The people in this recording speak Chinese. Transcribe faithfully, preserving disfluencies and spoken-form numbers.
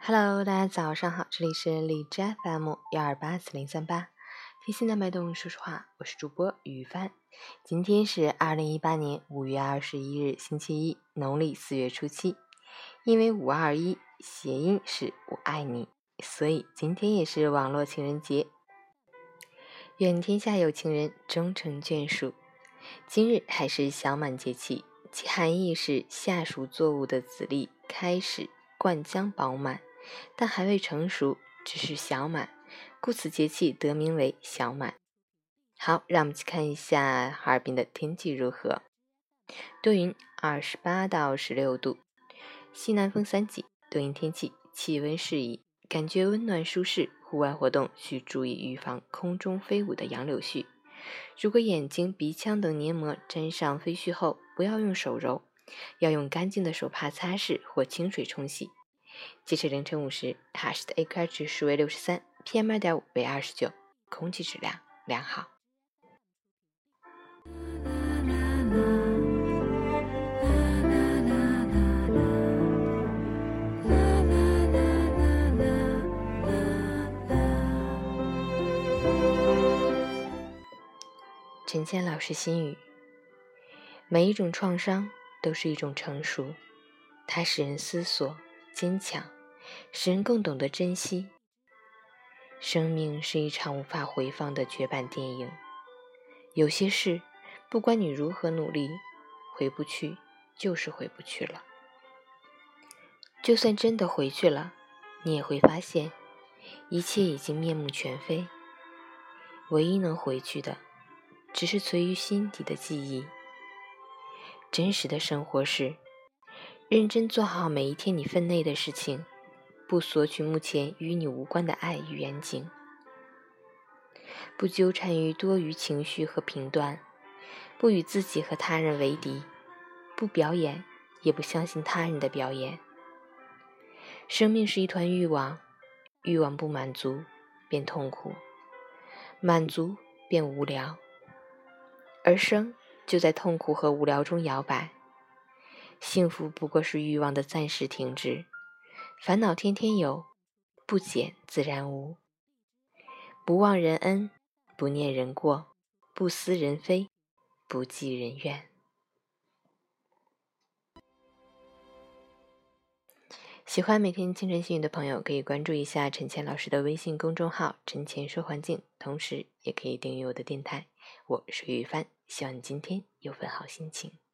Hello， 大家早上好，这里是荔枝 F M 幺二八四零三八，贴心的脉动，说实话，我是主播雨帆。今天是二零一八年五月二十一日，星期一，农历四月初七。因为五二一谐音是我爱你，所以今天也是网络情人节。愿天下有情人终成眷属。今日还是小满节气，其含义是夏熟作物的籽粒开始灌浆饱满，但还未成熟，只是小满，故此节气得名为小满。好，让我们去看一下哈尔滨的天气如何。多云，二十八到十六度，西南风三级，多云天气，气温适宜，感觉温暖舒适。户外活动需注意预防空中飞舞的杨柳絮。如果眼睛、鼻腔等黏膜沾上飞絮后，不要用手揉，要用干净的手帕擦拭或清水冲洗。截至凌晨五时，哈市的 A Q I 指数为六十三 ，P M 二点五 为二十九，空气质量良好。陈谦老师心语：每一种创伤都是一种成熟，它使人思索、坚强，使人更懂得珍惜。生命是一场无法回放的绝版电影，有些事，不管你如何努力，回不去就是回不去了。就算真的回去了，你也会发现，一切已经面目全非。唯一能回去的，只是存于心底的记忆。真实的生活是，认真做好每一天你分内的事情，不索取目前与你无关的爱与远景，不纠缠于多余情绪和评断，不与自己和他人为敌，不表演，也不相信他人的表演。生命是一团欲望，欲望不满足便痛苦，满足便无聊，而生就在痛苦和无聊中摇摆。幸福不过是欲望的暂时停止，烦恼天天有，不减自然无。不忘人恩，不念人过，不思人非，不计人怨。喜欢每天清晨心语的朋友，可以关注一下陈谦老师的微信公众号陈谦说环境，同时也可以订阅我的电台。我是雨帆，希望你今天有份好心情。